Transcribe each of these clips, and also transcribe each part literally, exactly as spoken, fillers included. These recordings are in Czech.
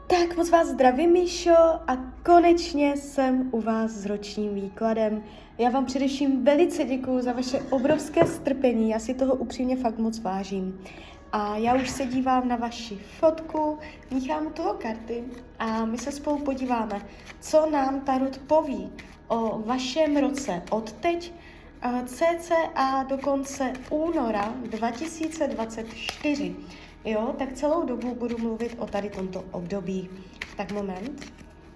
Tak moc vás zdravím, Míšo, a konečně jsem u vás s ročním výkladem. Já vám především velice děkuju za vaše obrovské strpení, já si toho upřímně fakt moc vážím. A já už se dívám na vaši fotku, míchám u toho karty a my se spolu podíváme, co nám Tarot poví o vašem roce od teď cca do konce února dva tisíce dvacet čtyři. Jo, tak celou dobu budu mluvit o tady tomto období. Tak moment.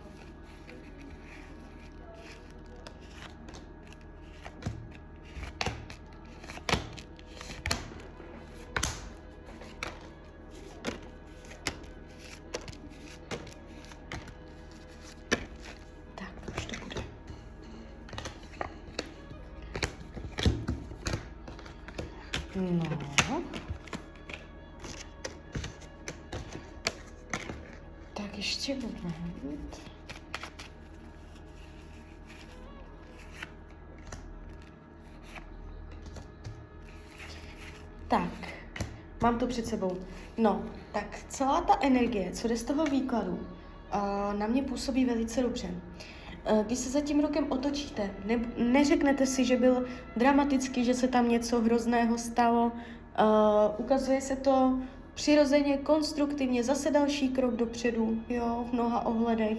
Tak, už to bude. No. Tak ještě moment. Tak, mám to před sebou. No, tak celá ta energie, co jde z toho výkladu, uh, na mě působí velice dobře. Uh, když se za tím rokem otočíte, ne, neřeknete si, že byl dramatický, že se tam něco hrozného stalo. Uh, ukazuje se to přirozeně, konstruktivně, zase další krok dopředu, jo, v mnoha ohledech.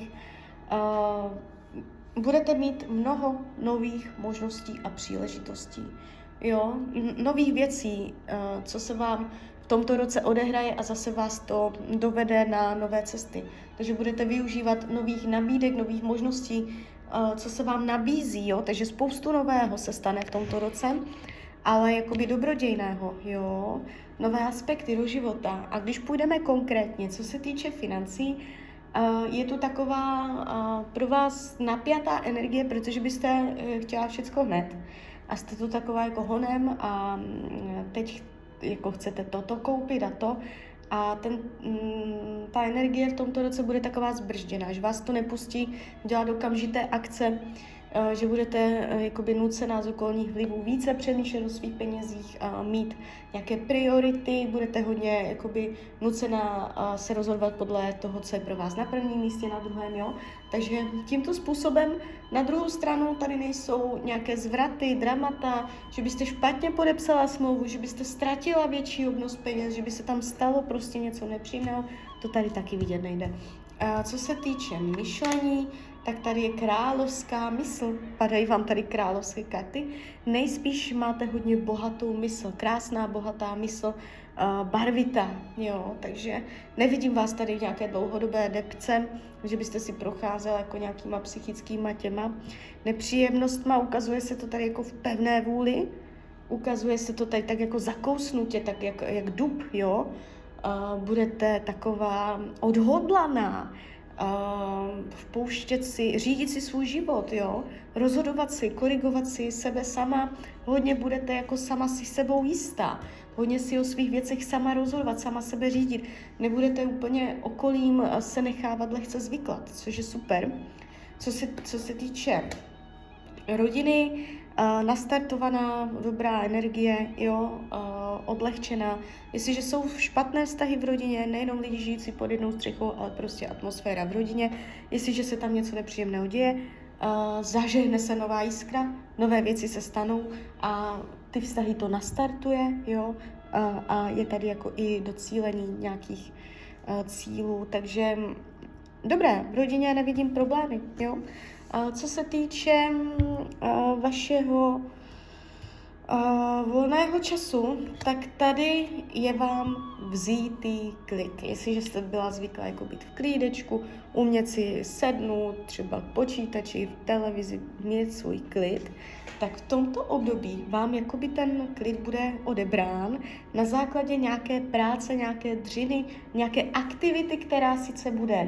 Uh, budete mít mnoho nových možností a příležitostí, jo, nových věcí, uh, co se vám v tomto roce odehraje a zase vás to dovede na nové cesty. Takže budete využívat nových nabídek, nových možností, uh, co se vám nabízí, jo, takže spoustu nového se stane v tomto roce, ale jakoby dobrodějného, jo, nové aspekty do života. A když půjdeme konkrétně, co se týče financí, uh, je to taková uh, pro vás napjatá energie, protože byste uh, chtěla všecko hned. A jste tu taková jako honem a um, teď jako chcete toto koupit a to. A ten, um, ta energie v tomto roce bude taková zbržděná, že vás to nepustí dělat okamžité akce, že budete jakoby nucená z okolních vlivů více přemýšlet o svých penězích, mít nějaké priority, budete hodně jakoby nucená se rozhodovat podle toho, co je pro vás na prvním místě, na druhém, jo. Takže tímto způsobem na druhou stranu tady nejsou nějaké zvraty, dramata, že byste špatně podepsala smlouvu, že byste ztratila větší obnos peněz, že by se tam stalo prostě něco nepříjemného, to tady taky vidět nejde. A co se týče myšlení, tak tady je královská mysl, padají vám tady královské karty, nejspíš máte hodně bohatou mysl, krásná bohatá mysl, uh, barvitá, jo, takže nevidím vás tady v nějaké dlouhodobé depce, že byste si procházela jako nějakýma psychickýma těma nepříjemnostma, ukazuje se to tady jako v pevné vůli, ukazuje se to tady tak jako zakousnutě, tak jak, jak dub, jo, uh, budete taková odhodlaná, Uh, vpouštět si, řídit si svůj život, jo, rozhodovat si, korigovat si sebe sama, hodně budete jako sama si sebou jistá, hodně si o svých věcech sama rozhodovat, sama sebe řídit, nebudete úplně okolím se nechávat lehce zvyklat, což je super. Co se, co se týče rodiny, uh, nastartovaná, dobrá energie, jo, uh, odlehčená. Jestliže jsou špatné vztahy v rodině, nejenom lidi žijící pod jednou střechou, ale prostě atmosféra v rodině, jestliže se tam něco nepříjemného děje, uh, zažehne se nová jiskra, nové věci se stanou a ty vztahy to nastartuje, jo, uh, a je tady jako i docílení nějakých uh, cílů, takže dobré, v rodině nevidím problémy, jo. Uh, co se týče uh, vašeho uh, volného času, tak tady je vám vzítý klid. Jestliže jste byla zvyklá jako být v klídečku, umět si sednout třeba k počítači, v televizi, mít svůj klid, tak v tomto období vám jakoby ten klid bude odebrán na základě nějaké práce, nějaké dřiny, nějaké aktivity, která sice bude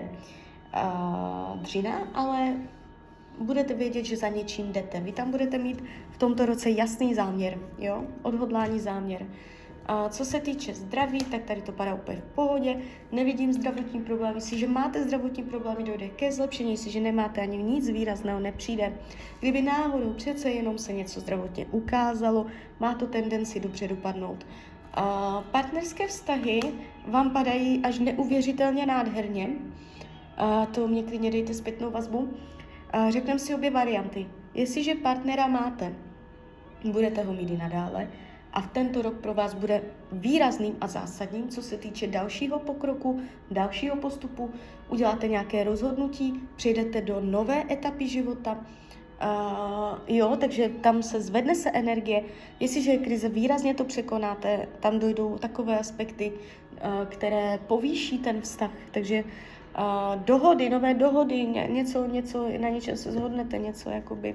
uh, dřina, ale budete vědět, že za něčím jdete. Vy tam budete mít v tomto roce jasný záměr, jo? Odhodlání záměr. A co se týče zdraví, tak tady to padá úplně v pohodě. Nevidím zdravotní problémy. Jestliže máte zdravotní problémy, dojde ke zlepšení. Jestliže nemáte, ani nic výrazného nepřijde. Kdyby náhodou přece jenom se něco zdravotně ukázalo, má to tendenci dobře dopadnout. A partnerské vztahy vám padají až neuvěřitelně nádherně. uh, to mě klidně dejte zpětnou vazbu. Uh, řekneme si obě varianty. Jestliže partnera máte, budete ho mít i nadále a v tento rok pro vás bude výrazným a zásadním, co se týče dalšího pokroku, dalšího postupu, uděláte nějaké rozhodnutí, přejdete do nové etapy života. Uh, jo, takže tam se zvedne se energie. Jestliže je krize, výrazně to překonáte, tam dojdou takové aspekty, uh, které povýší ten vztah. Takže uh, dohody, nové dohody, ně, něco, něco, na něčem se shodnete, něco jakoby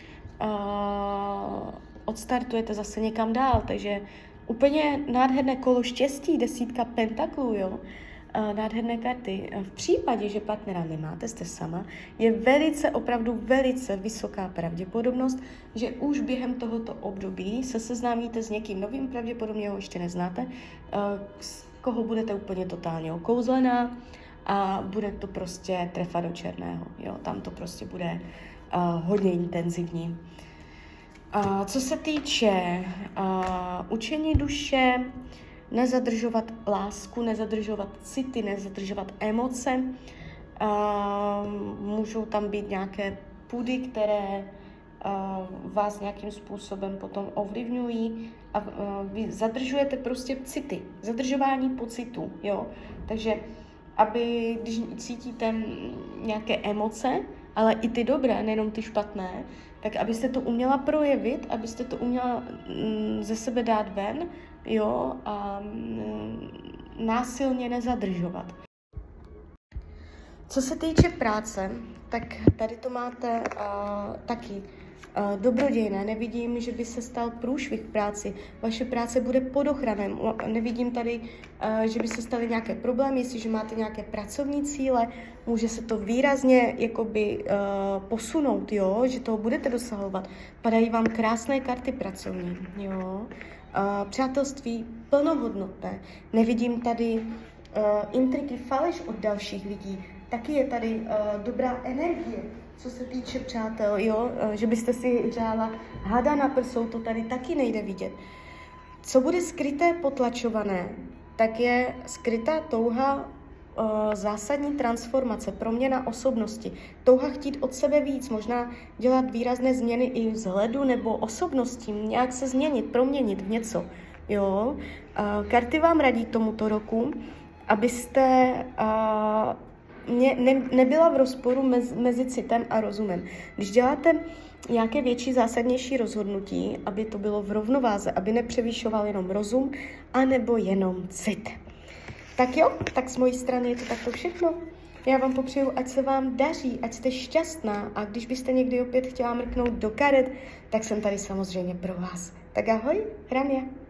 uh, odstartujete zase někam dál. Takže úplně nádherné kolo štěstí, desítka pentaklů, jo. Nádherné karty. V případě, že partnera nemáte, jste sama, je velice, opravdu velice vysoká pravděpodobnost, že už během tohoto období se seznámíte s někým novým, pravděpodobně ho ještě neznáte, z koho budete úplně totálně okouzlená a bude to prostě trefa do černého. Jo, tam to prostě bude uh, hodně intenzivní. Uh, co se týče uh, učení duše, nezadržovat lásku, nezadržovat city, nezadržovat emoce. Uh, můžou tam být nějaké půdy, které uh, vás nějakým způsobem potom ovlivňují a uh, vy zadržujete prostě city, zadržování pocitů, jo. Takže aby, když cítíte nějaké emoce, ale i ty dobré, nejenom ty špatné, tak abyste to uměla projevit, abyste to uměla mm, ze sebe dát ven, jo, a mm, násilně nezadržovat. Co se týče práce, tak tady to máte uh, taky uh, dobrodějné. Nevidím, že by se stal průšvih v práci. Vaše práce bude pod ochranem. Nevidím tady, uh, že by se staly nějaké problémy. Jestliže máte nějaké pracovní cíle, může se to výrazně jakoby, uh, posunout, jo, že toho budete dosahovat. Padají vám krásné karty pracovní, jo. Uh, přátelství plnohodnotné. Nevidím tady uh, intriky, faleš od dalších lidí. Taky je tady uh, dobrá energie, co se týče přátel, jo, uh, že byste si řála hada na prsou, to tady taky nejde vidět. Co bude skryté, potlačované, tak je skrytá touha uh, zásadní transformace, proměna osobnosti, touha chtít od sebe víc, možná dělat výrazné změny i vzhledu nebo osobností, nějak se změnit, proměnit v něco, jo. Uh, karty vám radí tomuto roku, abyste uh, Ne, ne, nebyla v rozporu mez, mezi citem a rozumem. Když děláte nějaké větší, zásadnější rozhodnutí, aby to bylo v rovnováze, aby nepřevyšoval jenom rozum, anebo jenom cit. Tak jo, tak z mojí strany je to takto všechno. Já vám popřeju, ať se vám daří, ať jste šťastná a když byste někdy opět chtěla mrknout do karet, tak jsem tady samozřejmě pro vás. Tak ahoj, Rania.